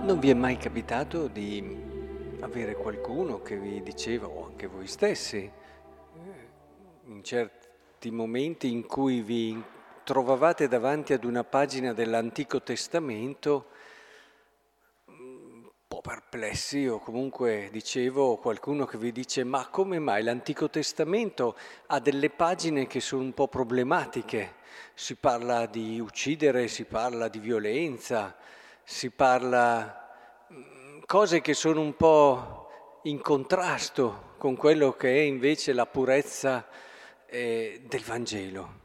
Non vi è mai capitato di avere qualcuno che vi diceva, o anche voi stessi, in certi momenti in cui vi trovavate davanti ad una pagina dell'Antico Testamento, un po' perplessi, o comunque dicevo qualcuno che vi dice: ma come mai l'Antico Testamento ha delle pagine che sono un po' problematiche? Si parla di uccidere, si parla di violenza, si parla cose che sono un po' in contrasto con quello che è invece la purezza del Vangelo.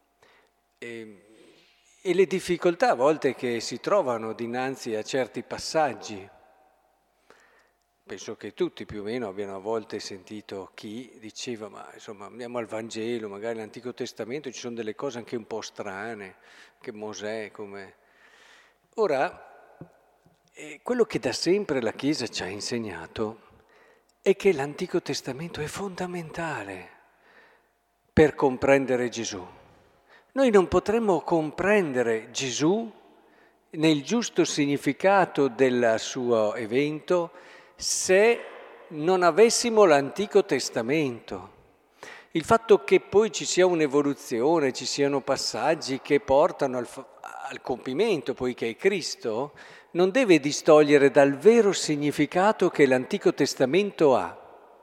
E le difficoltà a volte che si trovano dinanzi a certi passaggi. Penso che tutti più o meno abbiano a volte sentito chi diceva: ma insomma andiamo al Vangelo, magari nell'Antico Testamento ci sono delle cose anche un po' strane, che Mosè come... Ora, quello che da sempre la Chiesa ci ha insegnato è che l'Antico Testamento è fondamentale per comprendere Gesù. Noi non potremmo comprendere Gesù nel giusto significato del suo evento se non avessimo l'Antico Testamento. Il fatto che poi ci sia un'evoluzione, ci siano passaggi che portano al compimento, poiché è Cristo, non deve distogliere dal vero significato che l'Antico Testamento ha.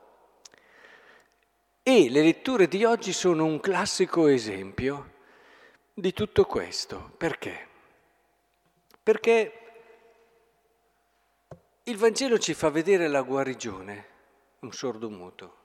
E le letture di oggi sono un classico esempio di tutto questo. Perché? Perché il Vangelo ci fa vedere la guarigione, un sordomuto.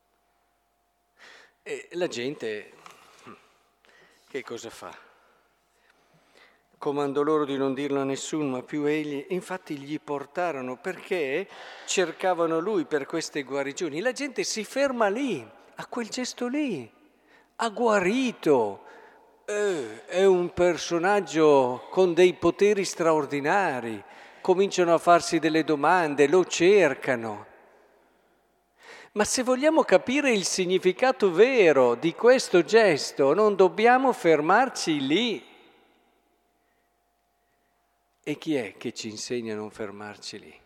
E la gente che cosa fa? Comandò loro di non dirlo a nessuno, ma più egli. Infatti gli portarono perché cercavano lui per queste guarigioni. La gente si ferma lì, a quel gesto lì. Ha guarito. È un personaggio con dei poteri straordinari. Cominciano a farsi delle domande, lo cercano. Ma se vogliamo capire il significato vero di questo gesto, non dobbiamo fermarci lì. E chi è che ci insegna a non fermarci lì?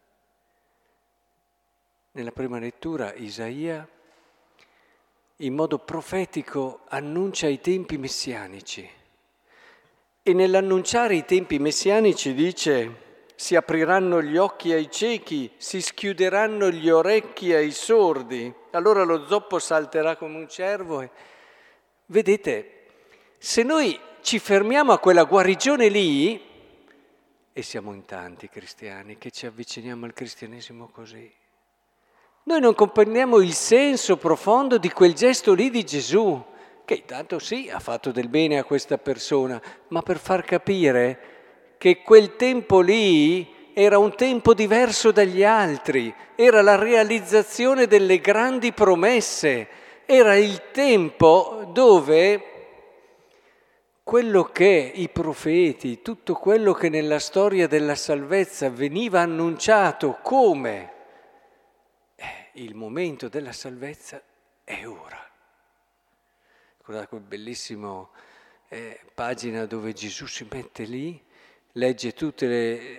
Nella prima lettura Isaia in modo profetico annuncia i tempi messianici e nell'annunciare i tempi messianici dice: si apriranno gli occhi ai ciechi, si schiuderanno gli orecchi ai sordi, allora lo zoppo salterà come un cervo. Vedete, se noi ci fermiamo a quella guarigione lì, e siamo in tanti cristiani che ci avviciniamo al cristianesimo così, noi non comprendiamo il senso profondo di quel gesto lì di Gesù, che intanto sì, ha fatto del bene a questa persona, ma per far capire che quel tempo lì era un tempo diverso dagli altri, era la realizzazione delle grandi promesse, era il tempo dove quello che i profeti, tutto quello che nella storia della salvezza veniva annunciato come il momento della salvezza è ora. Guardate quel bellissimo pagina dove Gesù si mette lì, legge tutte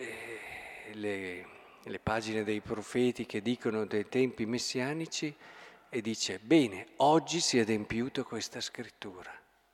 le pagine dei profeti che dicono dei tempi messianici e dice: bene, oggi si è adempiuto questa scrittura.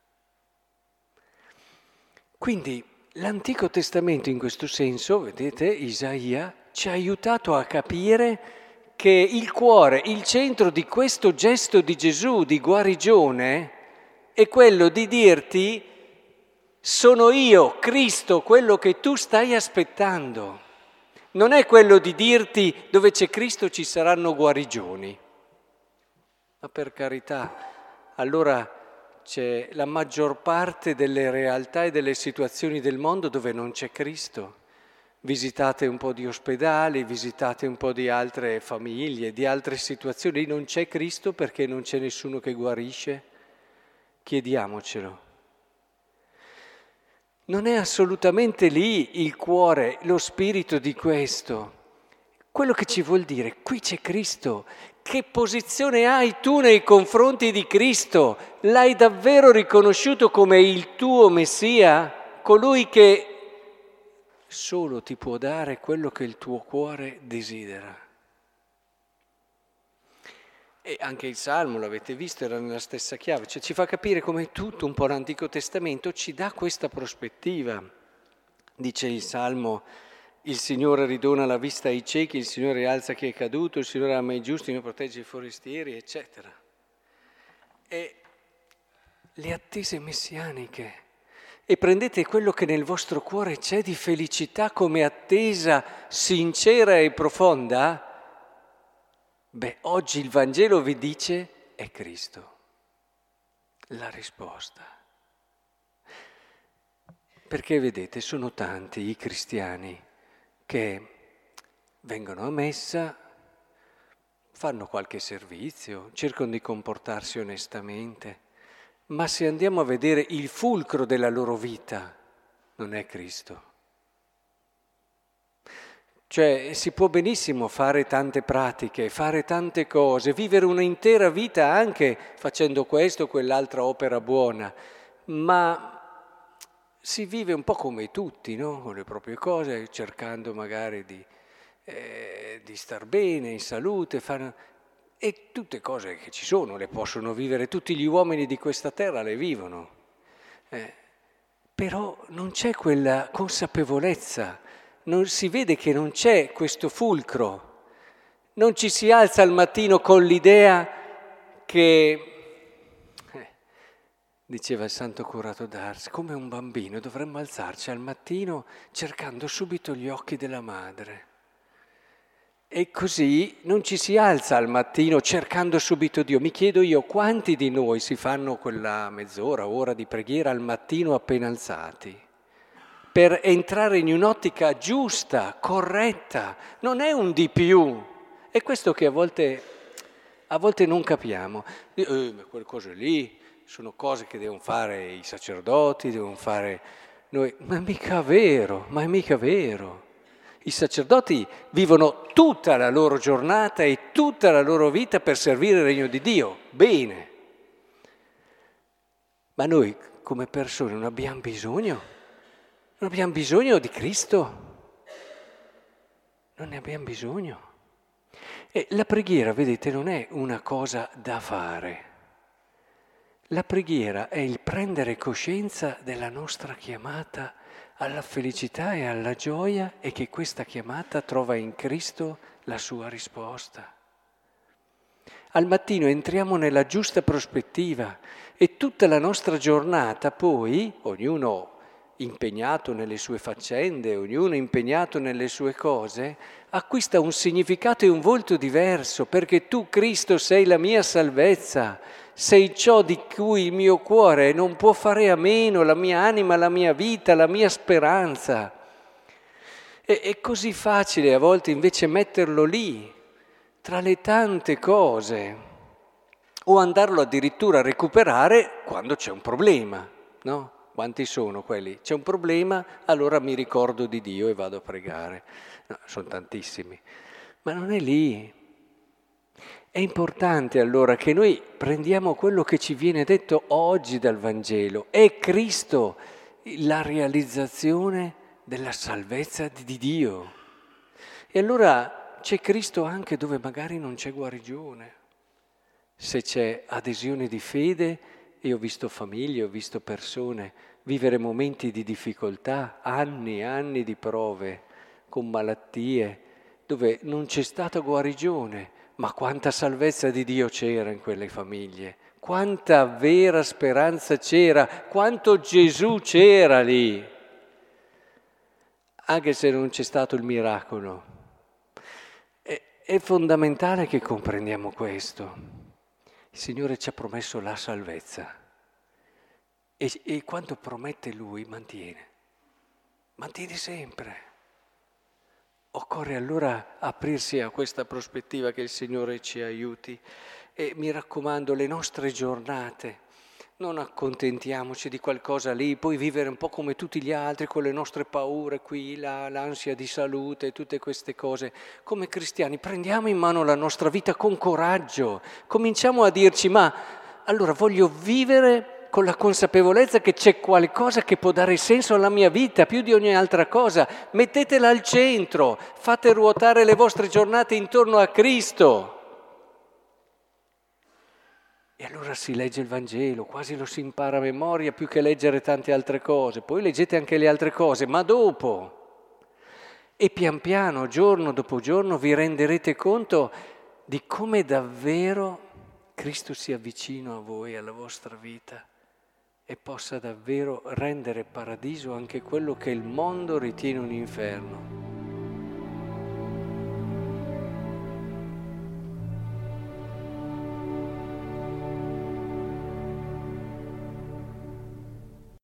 Quindi l'Antico Testamento in questo senso, vedete, Isaia ci ha aiutato a capire che il cuore, il centro di questo gesto di Gesù di guarigione è quello di dirti: sono io, Cristo, quello che tu stai aspettando. Non è quello di dirti: dove c'è Cristo ci saranno guarigioni. Ma per carità, allora c'è la maggior parte delle realtà e delle situazioni del mondo dove non c'è Cristo. Visitate un po' di ospedali, visitate un po' di altre famiglie, di altre situazioni. Non c'è Cristo perché non c'è nessuno che guarisce. Chiediamocelo. Non è assolutamente lì il cuore, lo spirito di questo. Quello che ci vuol dire, qui c'è Cristo. Che posizione hai tu nei confronti di Cristo? L'hai davvero riconosciuto come il tuo Messia? Colui che solo ti può dare quello che il tuo cuore desidera. E anche il Salmo, l'avete visto, era nella stessa chiave, cioè ci fa capire come tutto un po' l'Antico Testamento ci dà questa prospettiva. Dice il Salmo: il Signore ridona la vista ai ciechi, il Signore rialza chi è caduto, il Signore ama i giusti, non protegge i forestieri, eccetera. E le attese messianiche. E prendete quello che nel vostro cuore c'è di felicità come attesa sincera e profonda. Beh, oggi il Vangelo vi dice è Cristo, la risposta. Perché vedete, sono tanti i cristiani che vengono a messa, fanno qualche servizio, cercano di comportarsi onestamente, ma se andiamo a vedere il fulcro della loro vita, non è Cristo. Cioè si può benissimo fare tante pratiche, fare tante cose, vivere un'intera vita anche facendo questo o quell'altra opera buona, ma si vive un po' come tutti, no? Con le proprie cose, cercando magari di star bene, in salute, e tutte cose che ci sono, le possono vivere tutti gli uomini di questa terra, le vivono. Però non c'è quella consapevolezza. Non si vede che non c'è questo fulcro, non ci si alza al mattino con l'idea che, diceva il Santo Curato d'Ars, come un bambino dovremmo alzarci al mattino cercando subito gli occhi della madre. E così non ci si alza al mattino cercando subito Dio. Mi chiedo io, quanti di noi si fanno quella mezz'ora, ora di preghiera al mattino appena alzati? Per entrare in un'ottica giusta, corretta, non è un di più. È questo che a volte non capiamo. Ma quelle cose lì sono cose che devono fare i sacerdoti, devono fare noi. Ma è mica vero. I sacerdoti vivono tutta la loro giornata e tutta la loro vita per servire il regno di Dio. Bene. Ma noi come persone non abbiamo bisogno? Non abbiamo bisogno di Cristo, non ne abbiamo bisogno. E la preghiera, vedete, non è una cosa da fare. La preghiera è il prendere coscienza della nostra chiamata alla felicità e alla gioia e che questa chiamata trova in Cristo la sua risposta. Al mattino entriamo nella giusta prospettiva e tutta la nostra giornata poi, ognuno impegnato nelle sue faccende, ognuno impegnato nelle sue cose, acquista un significato e un volto diverso, perché tu, Cristo, sei la mia salvezza, sei ciò di cui il mio cuore non può fare a meno, la mia anima, la mia vita, la mia speranza. È così facile a volte invece metterlo lì, tra le tante cose, o andarlo addirittura a recuperare quando c'è un problema, no? Quanti sono quelli? C'è un problema, allora mi ricordo di Dio e vado a pregare. No, sono tantissimi. Ma non è lì. È importante allora che noi prendiamo quello che ci viene detto oggi dal Vangelo. È Cristo la realizzazione della salvezza di Dio. E allora c'è Cristo anche dove magari non c'è guarigione. Se c'è adesione di fede, e ho visto famiglie, ho visto persone vivere momenti di difficoltà, anni e anni di prove, con malattie, dove non c'è stata guarigione, ma quanta salvezza di Dio c'era in quelle famiglie, quanta vera speranza c'era, quanto Gesù c'era lì, anche se non c'è stato il miracolo. È fondamentale che comprendiamo questo. Il Signore ci ha promesso la salvezza e quando promette Lui mantiene sempre. Occorre allora aprirsi a questa prospettiva, che il Signore ci aiuti e mi raccomando, le nostre giornate, non accontentiamoci di qualcosa lì, poi vivere un po' come tutti gli altri con le nostre paure qui, là, l'ansia di salute, tutte queste cose. Come cristiani prendiamo in mano la nostra vita con coraggio, cominciamo a dirci: ma allora voglio vivere con la consapevolezza che c'è qualcosa che può dare senso alla mia vita più di ogni altra cosa. Mettetela al centro, fate ruotare le vostre giornate intorno a Cristo. E allora si legge il Vangelo, quasi lo si impara a memoria più che leggere tante altre cose. Poi leggete anche le altre cose, ma dopo. E pian piano, giorno dopo giorno, vi renderete conto di come davvero Cristo sia vicino a voi, alla vostra vita, e possa davvero rendere paradiso anche quello che il mondo ritiene un inferno.